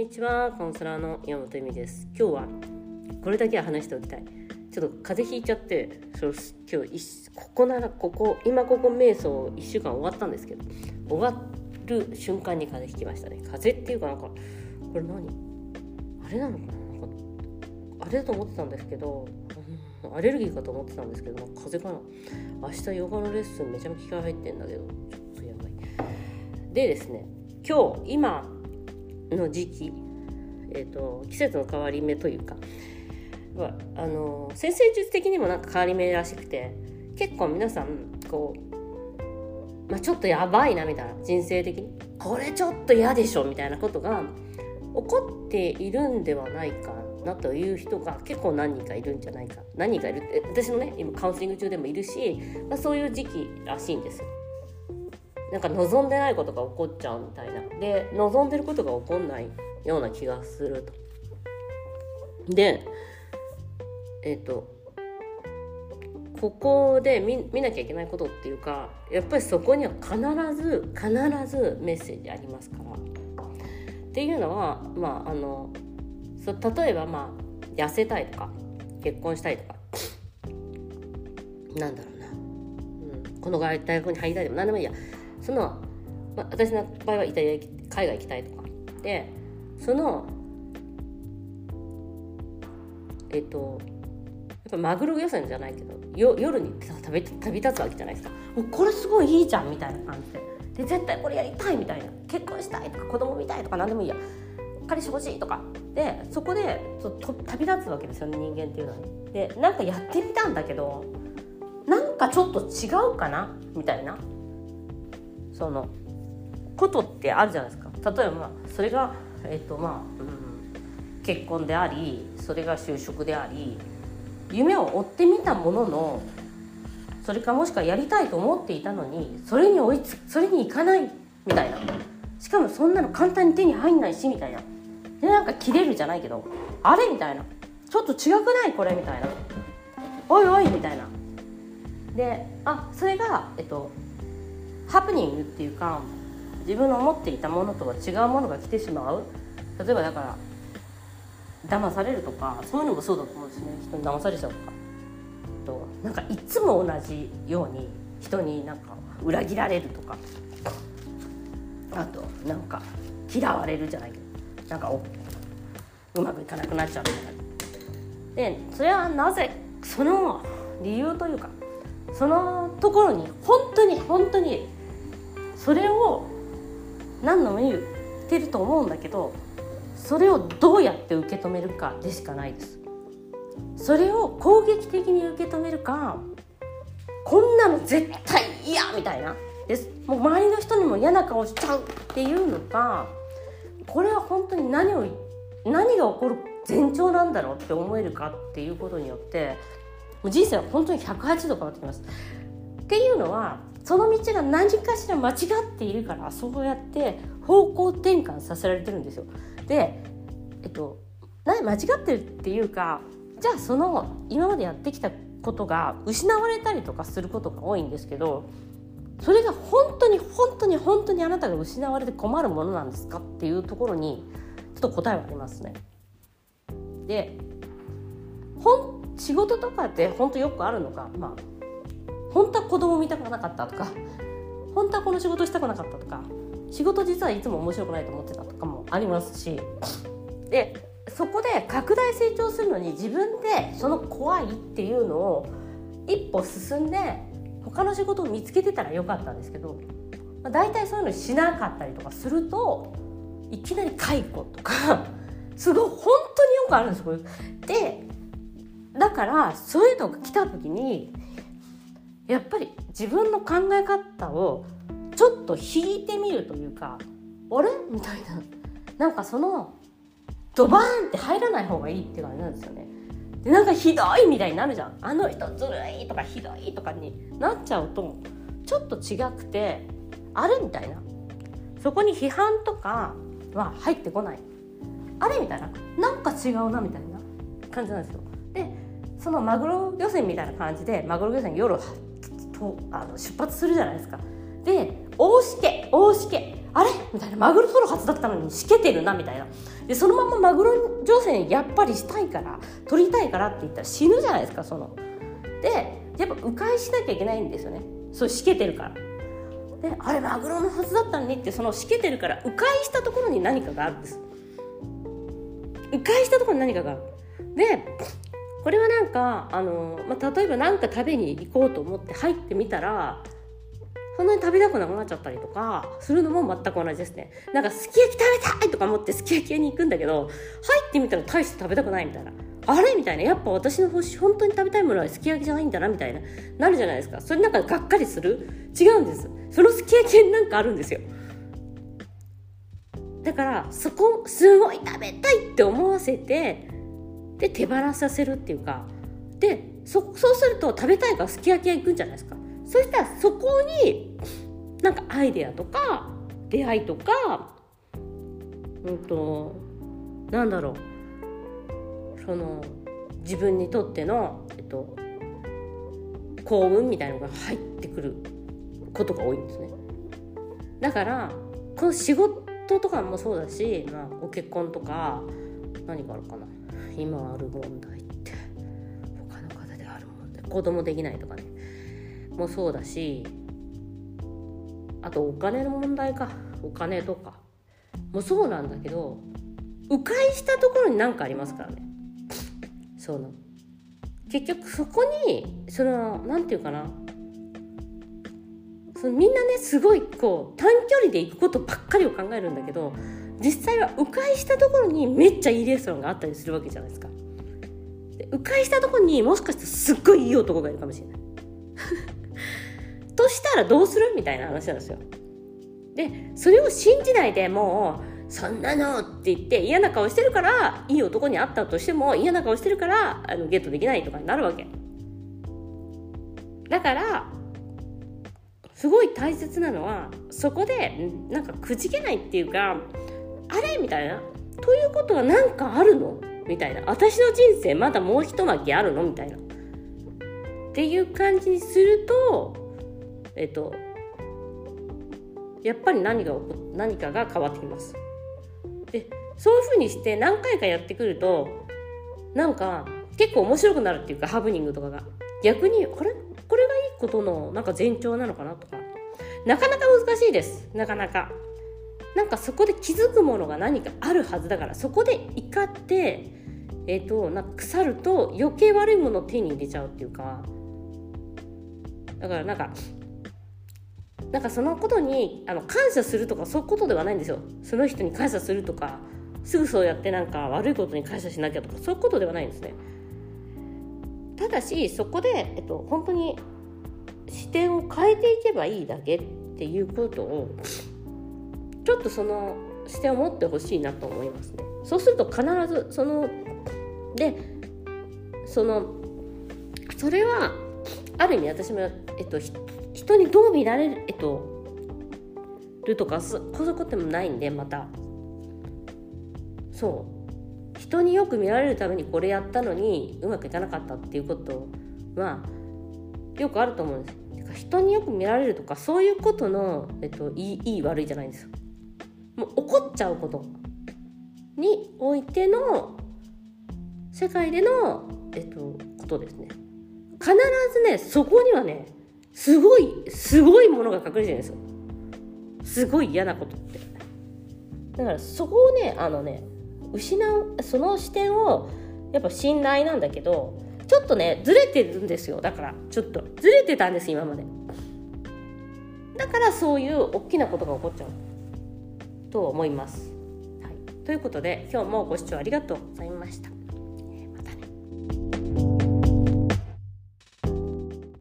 ちは、カウンセラーの山本由美です。今日はこれだけは話しておきたい。ちょっと風邪ひいちゃって、今日ここ瞑想1週間終わったんですけど、終わる瞬間に風邪ひきましたね。風邪っていうかこれ何？あれなのかな？あれだと思ってたんですけど、アレルギーかと思ってたんですけど、風邪かな。明日ヨガのレッスンめちゃめちゃ気合入ってんだけど、ちょっとやばい。でですね、今の時期、季節の変わり目というか先生術的にも変わり目らしくて、結構皆さんちょっとやばいなみたいな、人生的にこれちょっと嫌でしょみたいなことが起こっているんではないかなという人が結構何人かいるんじゃないか。何人かいるって私のね、今カウンセリング中でもいるし、そういう時期らしいんですよ。望んでないことが起こっちゃうみたいな。で、望んでることが起こんないような気がすると。で、ここで見なきゃいけないことっていうか、やっぱりそこには必ずメッセージありますからっていうのは、例えば痩せたいとか結婚したいとかこの大学に入りたいでも何でもいいや。私の場合はイタリア海外行きたいとかで、やっぱマグロ漁船じゃないけど夜に旅立つわけじゃないですか。もうこれすごいいいじゃんみたいな感じで絶対これやりたいみたいな、結婚したいとか子供見たいとか何でもいいや、彼氏欲しいとかで、そこで旅立つわけですよね、人間っていうのはね。で、やってみたんだけどちょっと違うかなみたいなことってあるじゃないですか。例えばそれが結婚であり、それが就職であり、夢を追ってみたものの、それかもしくはやりたいと思っていたのにそれにいかないみたいな、しかもそんなの簡単に手に入んないしみたいなで、切れるじゃないけど、あれみたいな、ちょっと違くないこれみたいな、おいおいみたいなで、それがハプニングっていうか、自分の思っていたものとは違うものが来てしまう。例えば騙されるとか、そういうのもそうだと思うんですね。人に騙されちゃうとか、いつも同じように人に裏切られるとか、あと嫌われるじゃないけどうまくいかなくなっちゃうみたいな。で、それはなぜ、その理由というか、そのところに本当にそれを何度も言ってると思うんだけど、それをどうやって受け止めるかでしかないです。それを攻撃的に受け止めるか、こんなの絶対嫌みたいなです、もう周りの人にも嫌な顔しちゃうっていうのか、これは本当に何が起こる前兆なんだろうって思えるかっていうことによって、人生は本当に180度変わってきます。っていうのは、その道が何かしら間違っているから、そうやって方向転換させられてるんですよ。で、間違ってるっていうか、じゃあ今までやってきたことが失われたりとかすることが多いんですけど、それが本当にあなたが失われて困るものなんですかっていうところにちょっと答えはありますね。で、仕事とかって本当よくあるのが、本当は子供見たくなかったとか、本当はこの仕事したくなかったとか、仕事実はいつも面白くないと思ってたとかもありますし、でそこで拡大成長するのに自分でその怖いっていうのを一歩進んで他の仕事を見つけてたらよかったんですけど、大体そういうのしなかったりとかすると、いきなり解雇とかすごい本当によくあるんですよ。で、だからそういうのが来た時に、やっぱり自分の考え方をちょっと引いてみるというか、あれみたいな、ドバーンって入らない方がいいって感じなんですよね。で、ひどいみたいになるじゃん、あの人ずるいとかひどいとかになっちゃうと、ちょっと違くて、あれみたいな、そこに批判とかは入ってこない、あれみたいな、違うなみたいな感じなんですよ。で、そのマグロ漁船みたいな感じで、マグロ漁船夜出発するじゃないですか。で、大しけあれみたいな、マグロ取るはずだったのにしけてるなみたいな、 でそのままマグロ乗船やっぱりしたいから取りたいからって言ったら死ぬじゃないですか。でやっぱ迂回しなきゃいけないんですよね。そうしけてるから。であれマグロのはずだったのにってそのしけてるから迂回したところに何かがあるんです。迂回したところに何かがある。でこれはなんか例えば何か食べに行こうと思って入ってみたらそんなに食べたくなくなっちゃったりとかするのも全く同じですね。なんかすき焼き食べたいとか思ってすき焼き屋に行くんだけど入ってみたら大して食べたくないみたいな、あれみたいな、やっぱ私の本当に食べたいものはすき焼きじゃないんだなみたいななるじゃないですか。それなんかがっかりする？違うんです。そのすき焼き屋になんかあるんですよ。だからそこすごい食べたいって思わせてで手放させるっていうかでそうすると食べたいからすき焼き屋行くんじゃないですか。そしたらそこになんかアイデアとか出会いとかなんだろうその自分にとっての、幸運みたいなのが入ってくることが多いんですね。だからこの仕事とかもそうだし、ご結婚とか何があるかな、今ある問題って他の方である問題、子供できないとかねもそうだし、あとお金の問題か、お金とかもそうなんだけど迂回したところに何かありますからね。結局そこになんていうかな、みんなねすごいこう短距離で行くことばっかりを考えるんだけど実際は迂回したところにめっちゃいいレストランがあったりするわけじゃないですか。で迂回したところにもしかしたらすっごいいい男がいるかもしれないとしたらどうするみたいな話なんですよ。でそれを信じないでもうそんなのって言って嫌な顔してるからいい男に会ったとしても嫌な顔してるからゲットできないとかになるわけだから、すごい大切なのはそこでなんかくじけないっていうか、あれみたいな、ということはなんかあるのみたいな、私の人生まだもう一巻きあるのみたいなっていう感じにするとやっぱり何かが変わってきます。でそういう風にして何回かやってくるとなんか結構面白くなるっていうか、ハプニングとかが逆にこれがいいことのなんか前兆なのかなとか、なかなか難しいです。なんかそこで気づくものが何かあるはずだから、そこで怒ってなんか腐ると余計悪いものを手に入れちゃうっていうか、だからなんかそのことに感謝するとかそういうことではないんですよ。その人に感謝するとかすぐそうやってなんか悪いことに感謝しなきゃとかそういうことではないんですね。ただしそこで、本当に視点を変えていけばいいだけっていうことをちょっとその視点を持ってほしいなと思いますね。そうすると必ずそれはある意味私も人にどう見られる、るとかそういうこともないんで、また人によく見られるためにこれやったのにうまくいかなかったっていうことはよくあると思うんです。人によく見られるとかそういうことの、いい悪いじゃないんですよ。もう怒っちゃうことにおいての世界での、ことですね。必ずねそこにはねすごいものが隠れてるんですよ。すごい嫌なことって。だからそこをね失う、その視点をやっぱ信頼なんだけどちょっとねずれてるんですよ。だからちょっとずれてたんです今まで。だからそういう大きなことが起こっちゃうと思います。はい、ということで今日もご視聴ありがとうございました。